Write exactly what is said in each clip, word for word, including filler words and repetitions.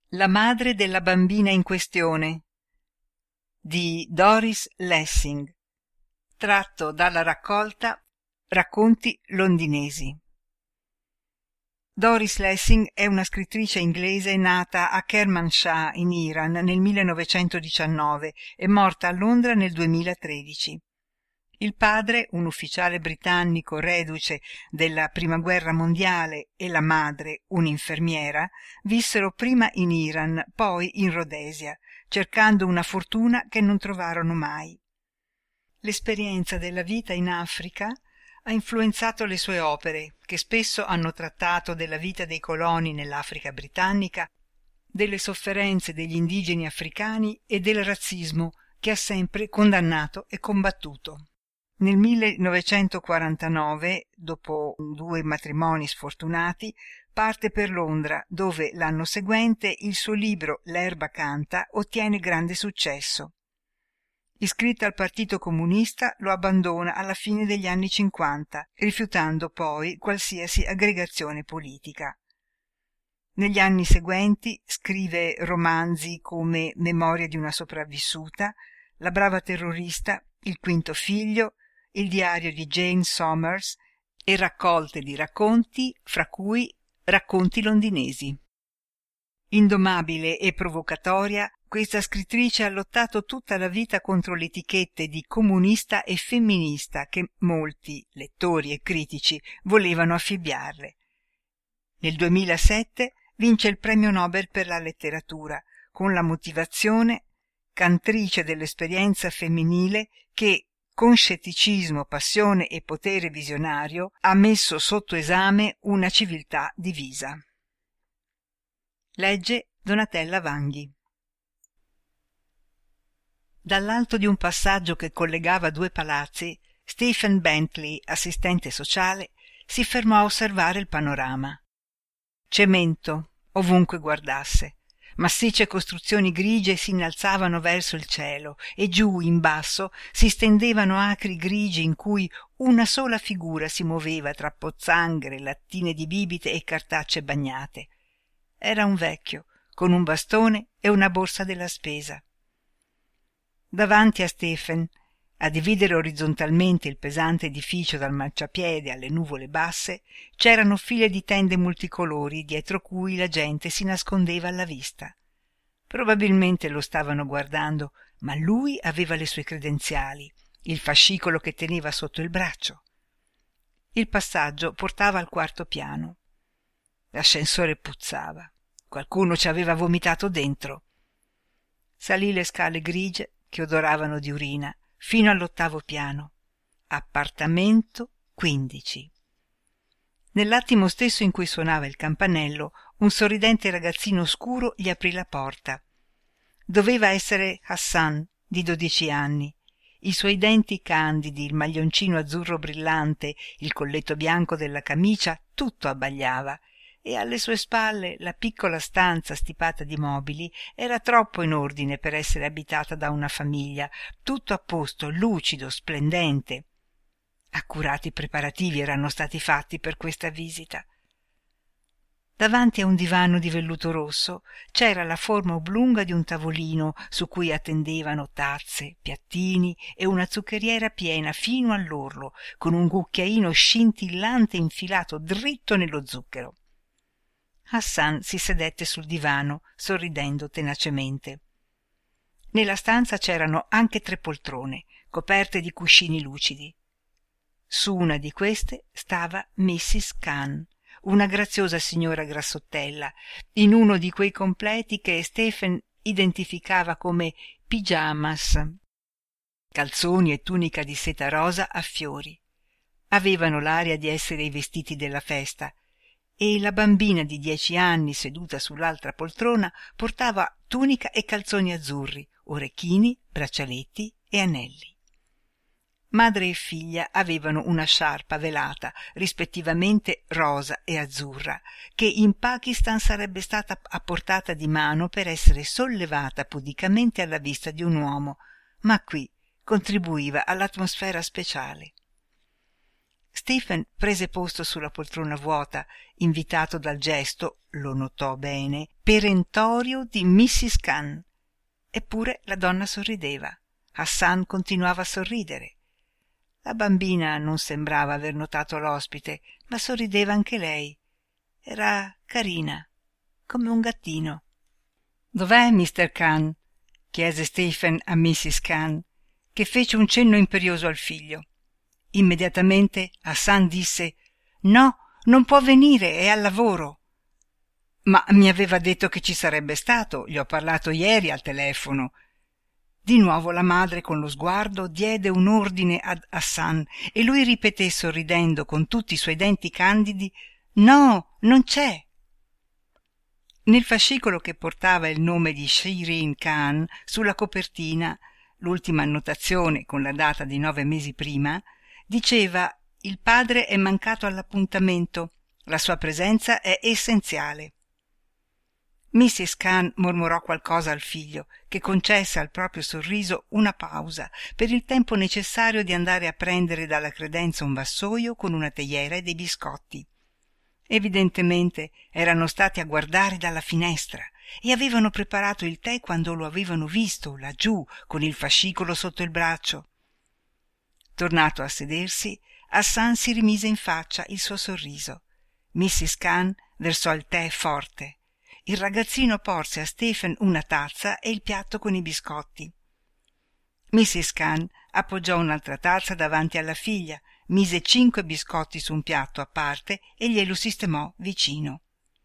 La madre della bambina in questione di Doris Lessing, tratto dalla raccolta Racconti londinesi. Doris Lessing è una scrittrice inglese nata a Kermanshah in Iran nel millenovecentodiciannove e morta a Londra nel duemilatredici. Il padre, un ufficiale britannico reduce della Prima Guerra Mondiale, e la madre, un'infermiera, vissero prima in Iran, poi in Rhodesia, cercando una fortuna che non trovarono mai. L'esperienza della vita in Africa ha influenzato le sue opere, che spesso hanno trattato della vita dei coloni nell'Africa britannica, delle sofferenze degli indigeni africani e del razzismo che ha sempre condannato e combattuto. Nel millenovecentoquarantanove, dopo due matrimoni sfortunati, parte per Londra, dove l'anno seguente il suo libro L'erba canta ottiene grande successo. Iscritta al Partito Comunista, lo abbandona alla fine degli anni cinquanta, rifiutando poi qualsiasi aggregazione politica. Negli anni seguenti scrive romanzi come Memoria di una sopravvissuta, La brava terrorista, Il quinto figlio, Il diario di Jane Somers e raccolte di racconti, fra cui Racconti londinesi. Indomabile e provocatoria, questa scrittrice ha lottato tutta la vita contro le etichette di comunista e femminista che molti lettori e critici volevano affibbiarle. Nel duemilasette vince il premio Nobel per la letteratura con la motivazione cantrice dell'esperienza femminile che, con scetticismo, passione e potere visionario, ha messo sotto esame una civiltà divisa. Legge Donatella Vanghi. Dall'alto di un passaggio che collegava due palazzi, Stephen Bentley, assistente sociale, si fermò a osservare il panorama. Cemento, ovunque guardasse. Massicce costruzioni grigie si innalzavano verso il cielo e giù, in basso, si stendevano acri grigi in cui una sola figura si muoveva tra pozzanghere, lattine di bibite e cartacce bagnate. Era un vecchio, con un bastone e una borsa della spesa. Davanti a Stephen, a dividere orizzontalmente il pesante edificio dal marciapiede alle nuvole basse, c'erano file di tende multicolori dietro cui la gente si nascondeva alla vista. Probabilmente lo stavano guardando, ma lui aveva le sue credenziali, il fascicolo che teneva sotto il braccio. Il passaggio portava al quarto piano. L'ascensore puzzava. Qualcuno ci aveva vomitato dentro. Salì le scale grigie che odoravano di urina fino all'ottavo piano. Appartamento quindici. Nell'attimo stesso in cui suonava il campanello, un sorridente ragazzino scuro gli aprì la porta. Doveva essere Hassan, di dodici anni. I suoi denti candidi, il maglioncino azzurro brillante, il colletto bianco della camicia, tutto abbagliava, e alle sue spalle la piccola stanza stipata di mobili era troppo in ordine per essere abitata da una famiglia, tutto a posto, lucido, splendente. Accurati preparativi erano stati fatti per questa visita. Davanti a un divano di velluto rosso c'era la forma oblunga di un tavolino su cui attendevano tazze, piattini e una zuccheriera piena fino all'orlo, con un cucchiaino scintillante infilato dritto nello zucchero. Hassan si sedette sul divano, sorridendo tenacemente. Nella stanza c'erano anche tre poltrone, coperte di cuscini lucidi. Su una di queste stava missis Khan, una graziosa signora grassottella, in uno di quei completi che Stephen identificava come pigiamas, calzoni e tunica di seta rosa a fiori. Avevano l'aria di essere i vestiti della festa, e la bambina di dieci anni seduta sull'altra poltrona portava tunica e calzoni azzurri, orecchini, braccialetti e anelli. Madre e figlia avevano una sciarpa velata, rispettivamente rosa e azzurra, che in Pakistan sarebbe stata a portata di mano per essere sollevata pudicamente alla vista di un uomo, ma qui contribuiva all'atmosfera speciale. Stephen prese posto sulla poltrona vuota, invitato dal gesto, lo notò bene, perentorio di missis Khan. Eppure la donna sorrideva. Hassan continuava a sorridere. La bambina non sembrava aver notato l'ospite, ma sorrideva anche lei. Era carina, come un gattino. «Dov'è mister Khan?» chiese Stephen a missis Khan, che fece un cenno imperioso al figlio. Immediatamente Hassan disse: «No, non può venire, è al lavoro». «Ma mi aveva detto che ci sarebbe stato, gli ho parlato ieri al telefono». Di nuovo la madre con lo sguardo diede un ordine ad Hassan e lui ripeté sorridendo con tutti i suoi denti candidi: «No, non c'è». Nel fascicolo che portava il nome di Shirin Khan sulla copertina, l'ultima annotazione con la data di nove mesi prima, diceva: «Il padre è mancato all'appuntamento, la sua presenza è essenziale». missis Khan mormorò qualcosa al figlio, che concesse al proprio sorriso una pausa per il tempo necessario di andare a prendere dalla credenza un vassoio con una teiera e dei biscotti. Evidentemente erano stati a guardare dalla finestra e avevano preparato il tè quando lo avevano visto laggiù con il fascicolo sotto il braccio. Tornato a sedersi, Hassan si rimise in faccia il suo sorriso. missis Khan versò il tè forte. Il ragazzino porse a Stephen una tazza e il piatto con i biscotti. missis Khan appoggiò un'altra tazza davanti alla figlia, mise cinque biscotti su un piatto a parte e glielo sistemò vicino.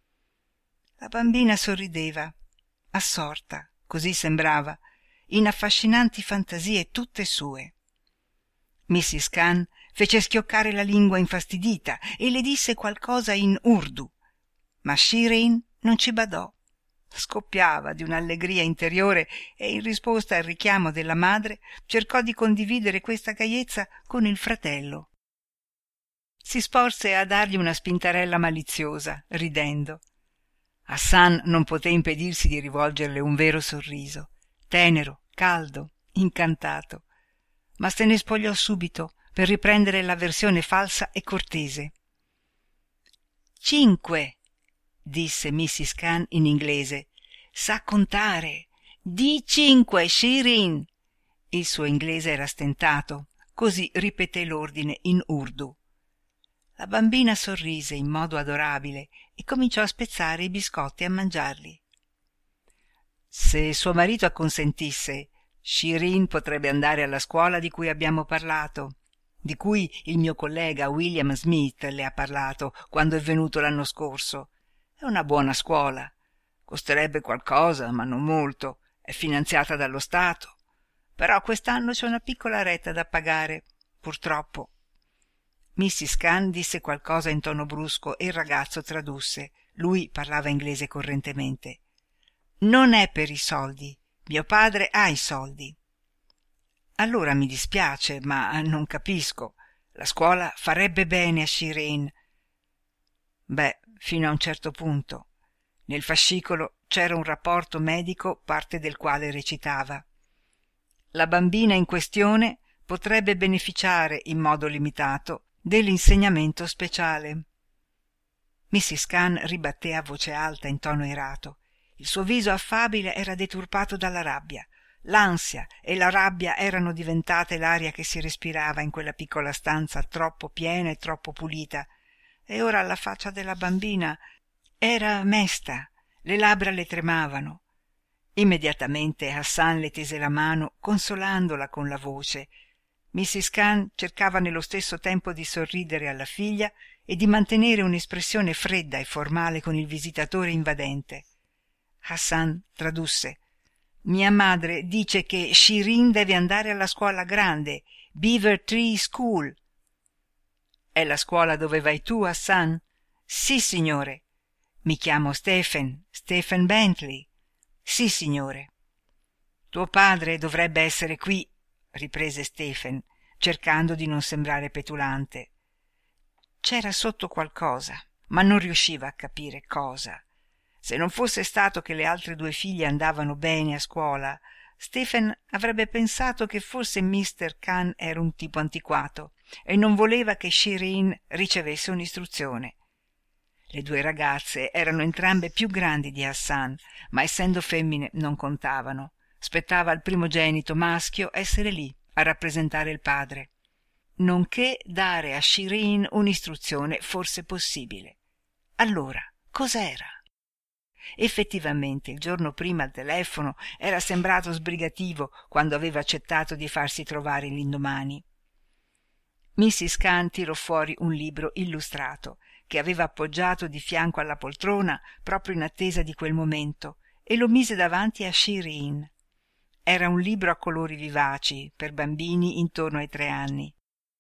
La bambina sorrideva, assorta, così sembrava, in affascinanti fantasie tutte sue. missis Khan fece schioccare la lingua infastidita e le disse qualcosa in urdu, ma Shirin non ci badò. Scoppiava di un'allegria interiore e in risposta al richiamo della madre cercò di condividere questa gaiezza con il fratello. Si sporse a dargli una spintarella maliziosa, ridendo. Hassan non poté impedirsi di rivolgerle un vero sorriso, tenero, caldo, incantato, ma se ne spogliò subito per riprendere la versione falsa e cortese. «Cinque», disse missis Khan in inglese. «Sa contare. Di cinque, Shirin». Il suo inglese era stentato, così ripeté l'ordine in urdu. La bambina sorrise in modo adorabile e cominciò a spezzare i biscotti e a mangiarli. «Se suo marito acconsentisse, Shirin potrebbe andare alla scuola di cui abbiamo parlato, di cui il mio collega William Smith le ha parlato quando è venuto l'anno scorso. È una buona scuola. Costerebbe qualcosa, ma non molto. È finanziata dallo Stato. Però quest'anno c'è una piccola retta da pagare, purtroppo». missis Khan disse qualcosa in tono brusco e il ragazzo tradusse. Lui parlava inglese correntemente. «Non è per i soldi. Mio padre ha i soldi». «Allora mi dispiace, ma non capisco. La scuola farebbe bene a Shirin». «Beh, fino a un certo punto». Nel fascicolo c'era un rapporto medico, parte del quale recitava: «La bambina in questione potrebbe beneficiare in modo limitato dell'insegnamento speciale». missis Khan ribatté a voce alta in tono irato. Il suo viso affabile era deturpato dalla rabbia. L'ansia e la rabbia erano diventate l'aria che si respirava in quella piccola stanza troppo piena e troppo pulita, e ora la faccia della bambina era mesta, le labbra le tremavano. Immediatamente Hassan le tese la mano, consolandola con la voce. missis Khan cercava nello stesso tempo di sorridere alla figlia e di mantenere un'espressione fredda e formale con il visitatore invadente. Hassan tradusse: «Mia madre dice che Shirin deve andare alla scuola grande, Beaver Tree School». «È la scuola dove vai tu, Hassan?» «Sì, signore». «Mi chiamo Stephen, Stephen Bentley». «Sì, signore». «Tuo padre dovrebbe essere qui», riprese Stephen, cercando di non sembrare petulante. C'era sotto qualcosa, ma non riusciva a capire cosa. Se non fosse stato che le altre due figlie andavano bene a scuola, Stephen avrebbe pensato che forse mister Khan era un tipo antiquato e non voleva che Shirin ricevesse un'istruzione. Le due ragazze erano entrambe più grandi di Hassan, ma essendo femmine non contavano. Spettava al primogenito maschio essere lì a rappresentare il padre, nonché dare a Shirin un'istruzione forse possibile. Allora, cos'era? Effettivamente il giorno prima al telefono era sembrato sbrigativo quando aveva accettato di farsi trovare l'indomani. missis Khan tirò fuori un libro illustrato che aveva appoggiato di fianco alla poltrona proprio in attesa di quel momento e lo mise davanti a Shirin. Era un libro a colori vivaci per bambini intorno ai tre anni.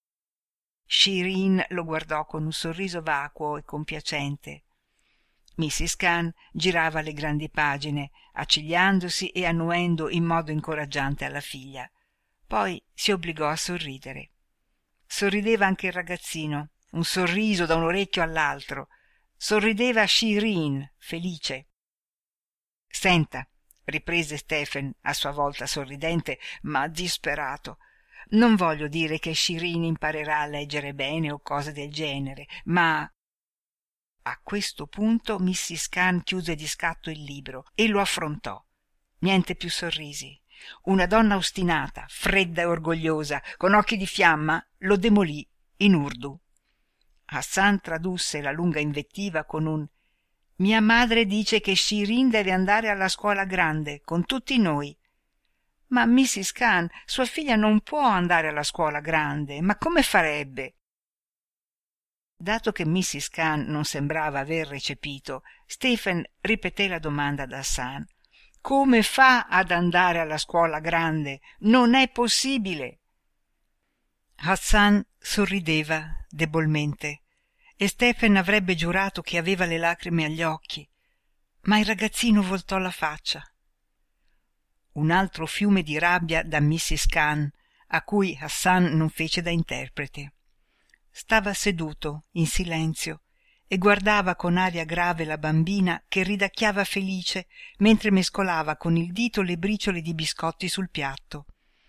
Shirin lo guardò con un sorriso vacuo e compiacente. missis Khan girava le grandi pagine, accigliandosi e annuendo in modo incoraggiante alla figlia. Poi si obbligò a sorridere. Sorrideva anche il ragazzino, un sorriso da un orecchio all'altro. Sorrideva Shirin, felice. «Senta», riprese Stephen, a sua volta sorridente ma disperato, «non voglio dire che Shirin imparerà a leggere bene o cose del genere, ma...» A questo punto missis Khan chiuse di scatto il libro e lo affrontò. Niente più sorrisi. Una donna ostinata, fredda e orgogliosa, con occhi di fiamma, lo demolì in urdu. Hassan tradusse la lunga invettiva con un «Mia madre dice che Shirin deve andare alla scuola grande, con tutti noi». «Ma missis Khan, sua figlia non può andare alla scuola grande, ma come farebbe?» Dato che missis Khan non sembrava aver recepito, Stephen ripeté la domanda ad Hassan. «Come fa ad andare alla scuola grande? Non è possibile!» Hassan sorrideva debolmente e Stephen avrebbe giurato che aveva le lacrime agli occhi, ma il ragazzino voltò la faccia. Un altro fiume di rabbia da missis Khan, a cui Hassan non fece da interprete. Stava seduto in silenzio e guardava con aria grave la bambina che ridacchiava felice mentre mescolava con il dito le briciole di biscotti sul piatto.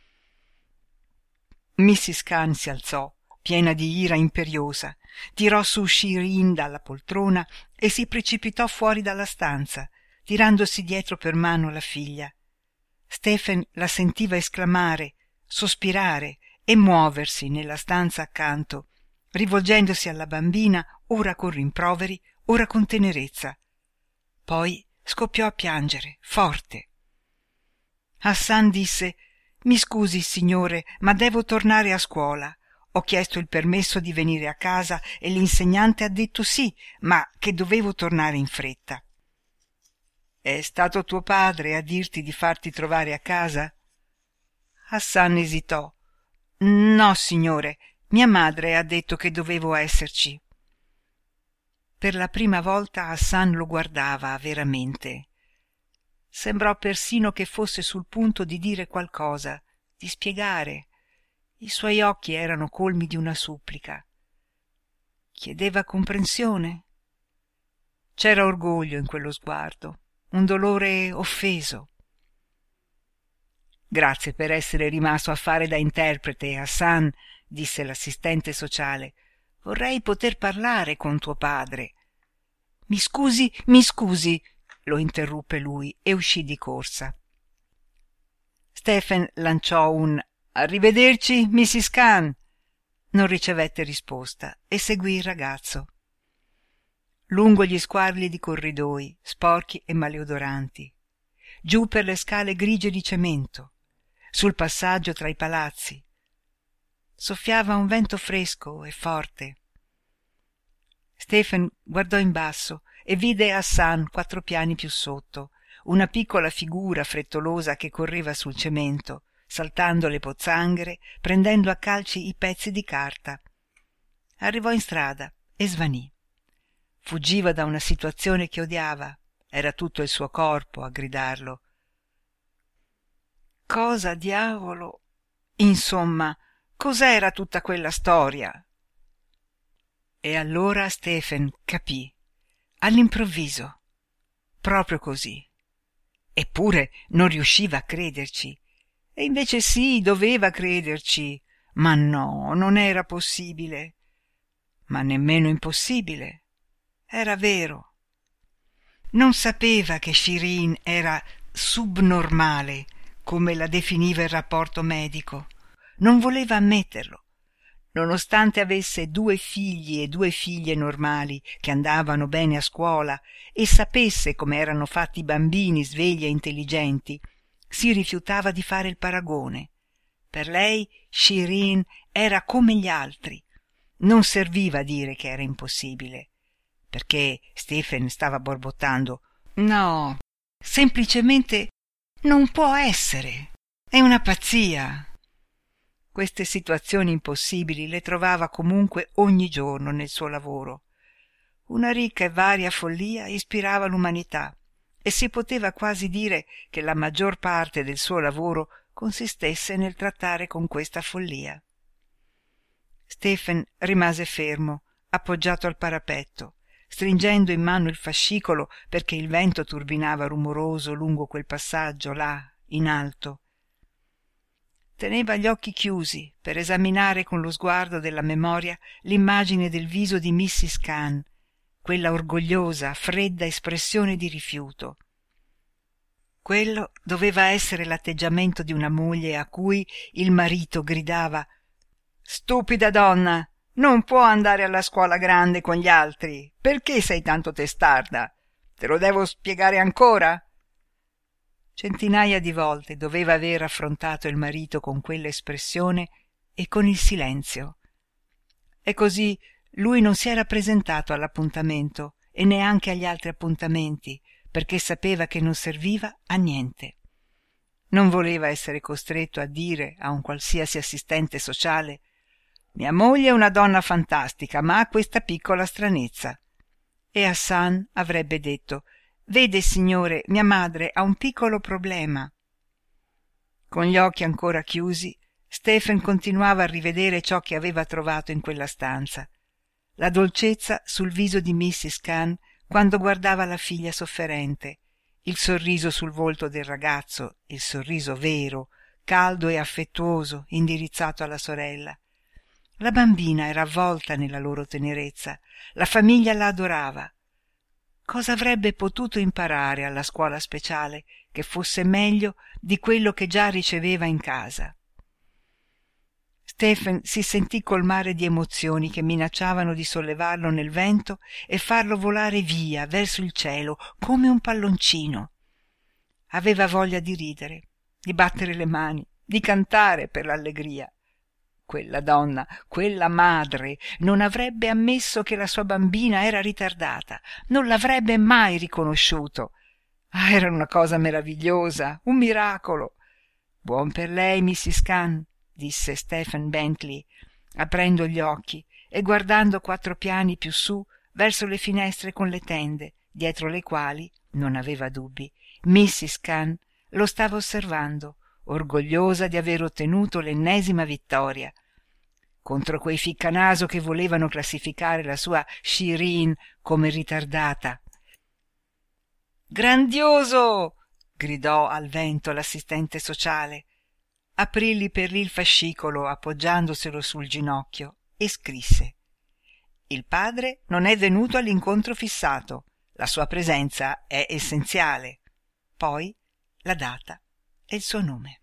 missis Khan si alzò, piena di ira imperiosa, tirò su Shirin dalla poltrona e si precipitò fuori dalla stanza, tirandosi dietro per mano la figlia. Stephen la sentiva esclamare, sospirare e muoversi nella stanza accanto, rivolgendosi alla bambina ora con rimproveri, ora con tenerezza. Poi scoppiò a piangere, forte. Hassan disse: «Mi scusi, signore, ma devo tornare a scuola. Ho chiesto il permesso di venire a casa e l'insegnante ha detto sì, ma che dovevo tornare in fretta». «È stato tuo padre a dirti di farti trovare a casa?» Hassan esitò. «No, signore. Mia madre ha detto che dovevo esserci». Per la prima volta Hassan lo guardava veramente. Sembrò persino che fosse sul punto di dire qualcosa, di spiegare. I suoi occhi erano colmi di una supplica. Chiedeva comprensione? C'era orgoglio in quello sguardo, un dolore offeso. «Grazie per essere rimasto a fare da interprete, Hassan», disse l'assistente sociale. «Vorrei poter parlare con tuo padre». «Mi scusi, mi scusi», lo interruppe lui e uscì di corsa. Stephen lanciò un «Arrivederci, missis Khan». Non ricevette risposta e seguì il ragazzo. Lungo gli squarli di corridoi, sporchi e maleodoranti, giù per le scale grigie di cemento, sul passaggio tra i palazzi. Soffiava un vento fresco e forte. Stephen guardò in basso e vide Hassan quattro piani più sotto, una piccola figura frettolosa che correva sul cemento, saltando le pozzanghere, prendendo a calci i pezzi di carta. Arrivò in strada e svanì. Fuggiva da una situazione che odiava. Era tutto il suo corpo a gridarlo. Cosa diavolo? Insomma, cos'era tutta quella storia? E allora Stephen capì, all'improvviso, proprio così. Eppure non riusciva a crederci. E invece sì, doveva crederci. Ma no, non era possibile. Ma nemmeno impossibile. Era vero. Non sapeva che Shirin era subnormale, come la definiva il rapporto medico. Non voleva ammetterlo. Nonostante avesse due figli e due figlie normali che andavano bene a scuola e sapesse come erano fatti i bambini svegli e intelligenti, si rifiutava di fare il paragone. Per lei Shirin era come gli altri. Non serviva a dire che era impossibile, perché Stephen stava borbottando. No, semplicemente non può essere. È una pazzia. Queste situazioni impossibili le trovava comunque ogni giorno nel suo lavoro. Una ricca e varia follia ispirava l'umanità e si poteva quasi dire che la maggior parte del suo lavoro consistesse nel trattare con questa follia. Stephen rimase fermo, appoggiato al parapetto, stringendo in mano il fascicolo perché il vento turbinava rumoroso lungo quel passaggio là, in alto. Teneva gli occhi chiusi per esaminare con lo sguardo della memoria l'immagine del viso di missis Khan, quella orgogliosa, fredda espressione di rifiuto. Quello doveva essere l'atteggiamento di una moglie a cui il marito gridava: «Stupida donna, non può andare alla scuola grande con gli altri. Perché sei tanto testarda? Te lo devo spiegare ancora?» Centinaia di volte doveva aver affrontato il marito con quella espressione e con il silenzio. E così lui non si era presentato all'appuntamento e neanche agli altri appuntamenti, perché sapeva che non serviva a niente. Non voleva essere costretto a dire a un qualsiasi assistente sociale: «Mia moglie è una donna fantastica, ma ha questa piccola stranezza». E Hassan avrebbe detto: «Vede, signore, mia madre ha un piccolo problema». Con gli occhi ancora chiusi, Stephen continuava a rivedere ciò che aveva trovato in quella stanza. La dolcezza sul viso di missis Khan quando guardava la figlia sofferente, il sorriso sul volto del ragazzo, il sorriso vero, caldo e affettuoso, indirizzato alla sorella. La bambina era avvolta nella loro tenerezza, la famiglia la adorava. Cosa avrebbe potuto imparare alla scuola speciale che fosse meglio di quello che già riceveva in casa? Stephen si sentì colmare di emozioni che minacciavano di sollevarlo nel vento e farlo volare via verso il cielo come un palloncino. Aveva voglia di ridere, di battere le mani, di cantare per l'allegria. Quella donna, quella madre, non avrebbe ammesso che la sua bambina era ritardata, non l'avrebbe mai riconosciuto. Ah, era una cosa meravigliosa, un miracolo. «Buon per lei, missis Khan», disse Stephen Bentley, aprendo gli occhi e guardando quattro piani più su verso le finestre con le tende, dietro le quali, non aveva dubbi, missis Khan lo stava osservando, orgogliosa di aver ottenuto l'ennesima vittoria contro quei ficcanaso che volevano classificare la sua Shirin come ritardata. «Grandioso!» gridò al vento l'assistente sociale. Aprì lì per lì il fascicolo appoggiandoselo sul ginocchio e scrisse: «Il padre non è venuto all'incontro fissato. La sua presenza è essenziale». Poi la data e il suo nome.